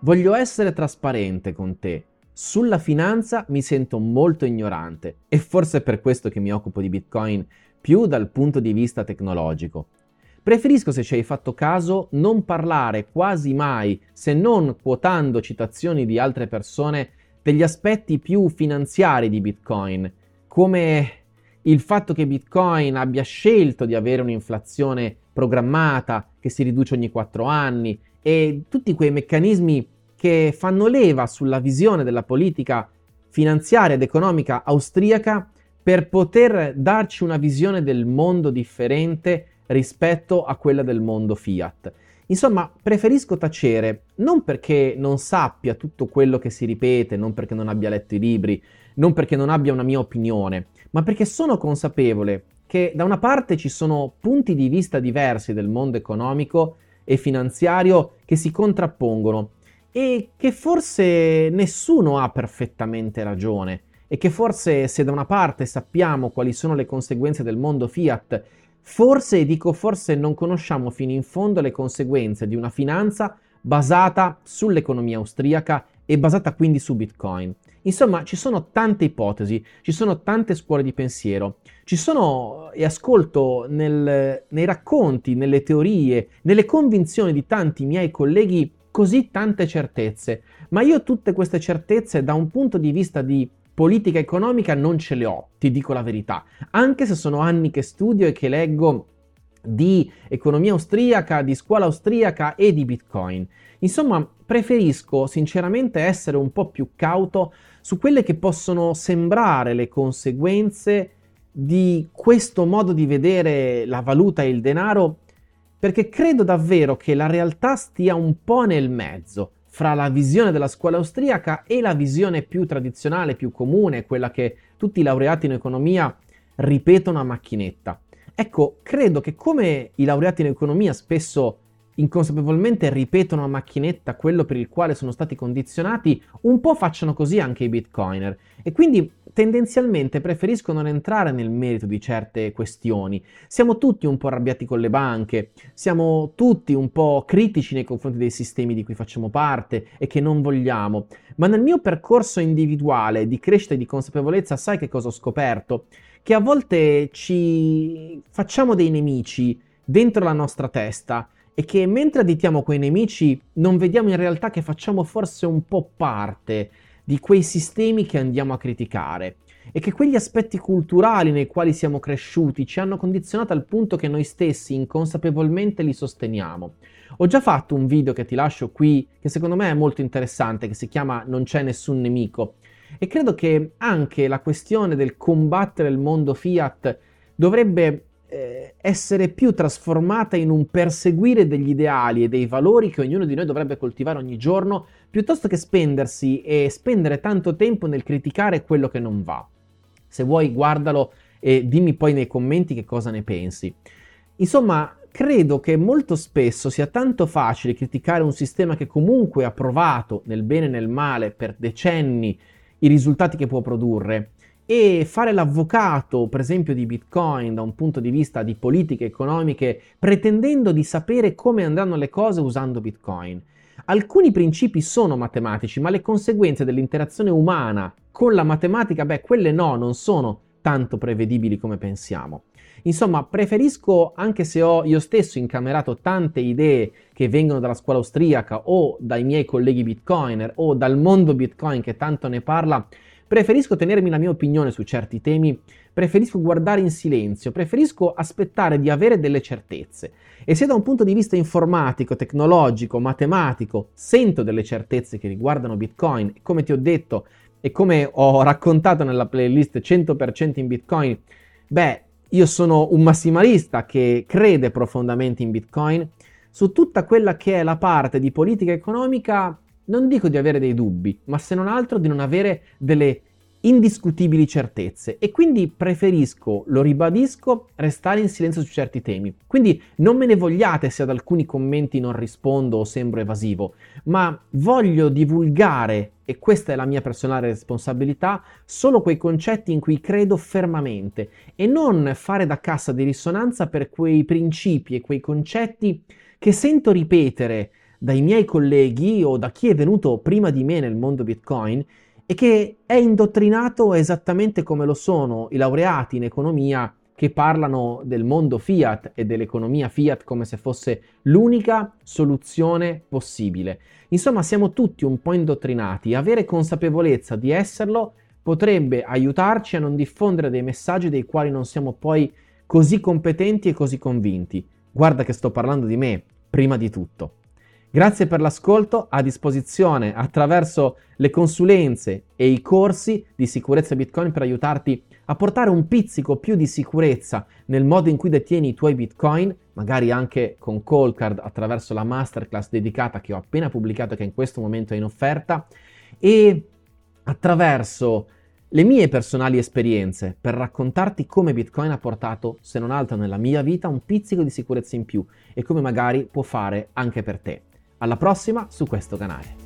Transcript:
Voglio essere trasparente con te. Sulla finanza mi sento molto ignorante e forse è per questo che mi occupo di Bitcoin più dal punto di vista tecnologico. Preferisco, se ci hai fatto caso, non parlare quasi mai, se non quotando citazioni di altre persone, degli aspetti più finanziari di Bitcoin, come il fatto che Bitcoin abbia scelto di avere un'inflazione programmata che si riduce ogni 4 anni e tutti quei meccanismi che fanno leva sulla visione della politica finanziaria ed economica austriaca per poter darci una visione del mondo differente rispetto a quella del mondo fiat. Insomma, preferisco tacere, non perché non sappia tutto quello che si ripete, non perché non abbia letto i libri, non perché non abbia una mia opinione, ma perché sono consapevole che da una parte ci sono punti di vista diversi del mondo economico e finanziario che si contrappongono e che forse nessuno ha perfettamente ragione e che forse se da una parte sappiamo quali sono le conseguenze del mondo fiat, forse, e dico forse, non conosciamo fino in fondo le conseguenze di una finanza basata sull'economia austriaca e basata quindi su Bitcoin. Insomma, ci sono tante ipotesi, ci sono tante scuole di pensiero, ci sono, e ascolto nei racconti, nelle teorie, nelle convinzioni di tanti miei colleghi così tante certezze, ma io tutte queste certezze da un punto di vista di politica economica non ce le ho, ti dico la verità, anche se sono anni che studio e che leggo di economia austriaca, di scuola austriaca e di Bitcoin. Insomma, preferisco sinceramente essere un po' più cauto su quelle che possono sembrare le conseguenze di questo modo di vedere la valuta e il denaro, perché credo davvero che la realtà stia un po' nel mezzo fra la visione della scuola austriaca e la visione più tradizionale, più comune, quella che tutti i laureati in economia ripetono a macchinetta. Ecco, credo che come i laureati in economia spesso inconsapevolmente ripetono a macchinetta quello per il quale sono stati condizionati, un po' facciano così anche i bitcoiner e quindi tendenzialmente preferisco non entrare nel merito di certe questioni. Siamo tutti un po' arrabbiati con le banche, siamo tutti un po' critici nei confronti dei sistemi di cui facciamo parte e che non vogliamo, ma nel mio percorso individuale di crescita e di consapevolezza sai che cosa ho scoperto? Che a volte ci facciamo dei nemici dentro la nostra testa e che mentre additiamo quei nemici non vediamo in realtà che facciamo forse un po' parte di quei sistemi che andiamo a criticare e che quegli aspetti culturali nei quali siamo cresciuti ci hanno condizionato al punto che noi stessi inconsapevolmente li sosteniamo. Ho già fatto un video che ti lascio qui che secondo me è molto interessante, che si chiama Non c'è nessun nemico e credo che anche la questione del combattere il mondo fiat dovrebbe essere più trasformata in un perseguire degli ideali e dei valori che ognuno di noi dovrebbe coltivare ogni giorno, piuttosto che spendersi e spendere tanto tempo nel criticare quello che non va. Se vuoi, guardalo e dimmi poi nei commenti che cosa ne pensi. Insomma, credo che molto spesso sia tanto facile criticare un sistema che comunque ha provato, nel bene e nel male, per decenni, i risultati che può produrre, e fare l'avvocato, per esempio, di Bitcoin da un punto di vista di politiche economiche, pretendendo di sapere come andranno le cose usando Bitcoin. Alcuni principi sono matematici, ma le conseguenze dell'interazione umana con la matematica, quelle no, non sono tanto prevedibili come pensiamo. Insomma, preferisco, anche se ho io stesso incamerato tante idee che vengono dalla scuola austriaca o dai miei colleghi Bitcoiner o dal mondo Bitcoin che tanto ne parla, preferisco tenermi la mia opinione su certi temi, preferisco guardare in silenzio, preferisco aspettare di avere delle certezze. E se da un punto di vista informatico, tecnologico, matematico, sento delle certezze che riguardano Bitcoin, come ti ho detto e come ho raccontato nella playlist 100% in Bitcoin, io sono un massimalista che crede profondamente in Bitcoin. Su tutta quella che è la parte di politica economica non dico di avere dei dubbi, ma se non altro di non avere delle indiscutibili certezze e quindi preferisco, lo ribadisco, restare in silenzio su certi temi. Quindi non me ne vogliate se ad alcuni commenti non rispondo o sembro evasivo, ma voglio divulgare, e questa è la mia personale responsabilità, solo quei concetti in cui credo fermamente e non fare da cassa di risonanza per quei principi e quei concetti che sento ripetere dai miei colleghi o da chi è venuto prima di me nel mondo Bitcoin e che è indottrinato esattamente come lo sono i laureati in economia che parlano del mondo fiat e dell'economia fiat come se fosse l'unica soluzione possibile. Insomma, siamo tutti un po' indottrinati e avere consapevolezza di esserlo potrebbe aiutarci a non diffondere dei messaggi dei quali non siamo poi così competenti e così convinti. Guarda che sto parlando di me, prima di tutto. Grazie per l'ascolto, a disposizione attraverso le consulenze e i corsi di sicurezza Bitcoin per aiutarti a portare un pizzico più di sicurezza nel modo in cui detieni i tuoi Bitcoin, magari anche con Coldcard attraverso la masterclass dedicata che ho appena pubblicato, che in questo momento è in offerta, e attraverso le mie personali esperienze per raccontarti come Bitcoin ha portato, se non altro nella mia vita, un pizzico di sicurezza in più e come magari può fare anche per te. Alla prossima su questo canale.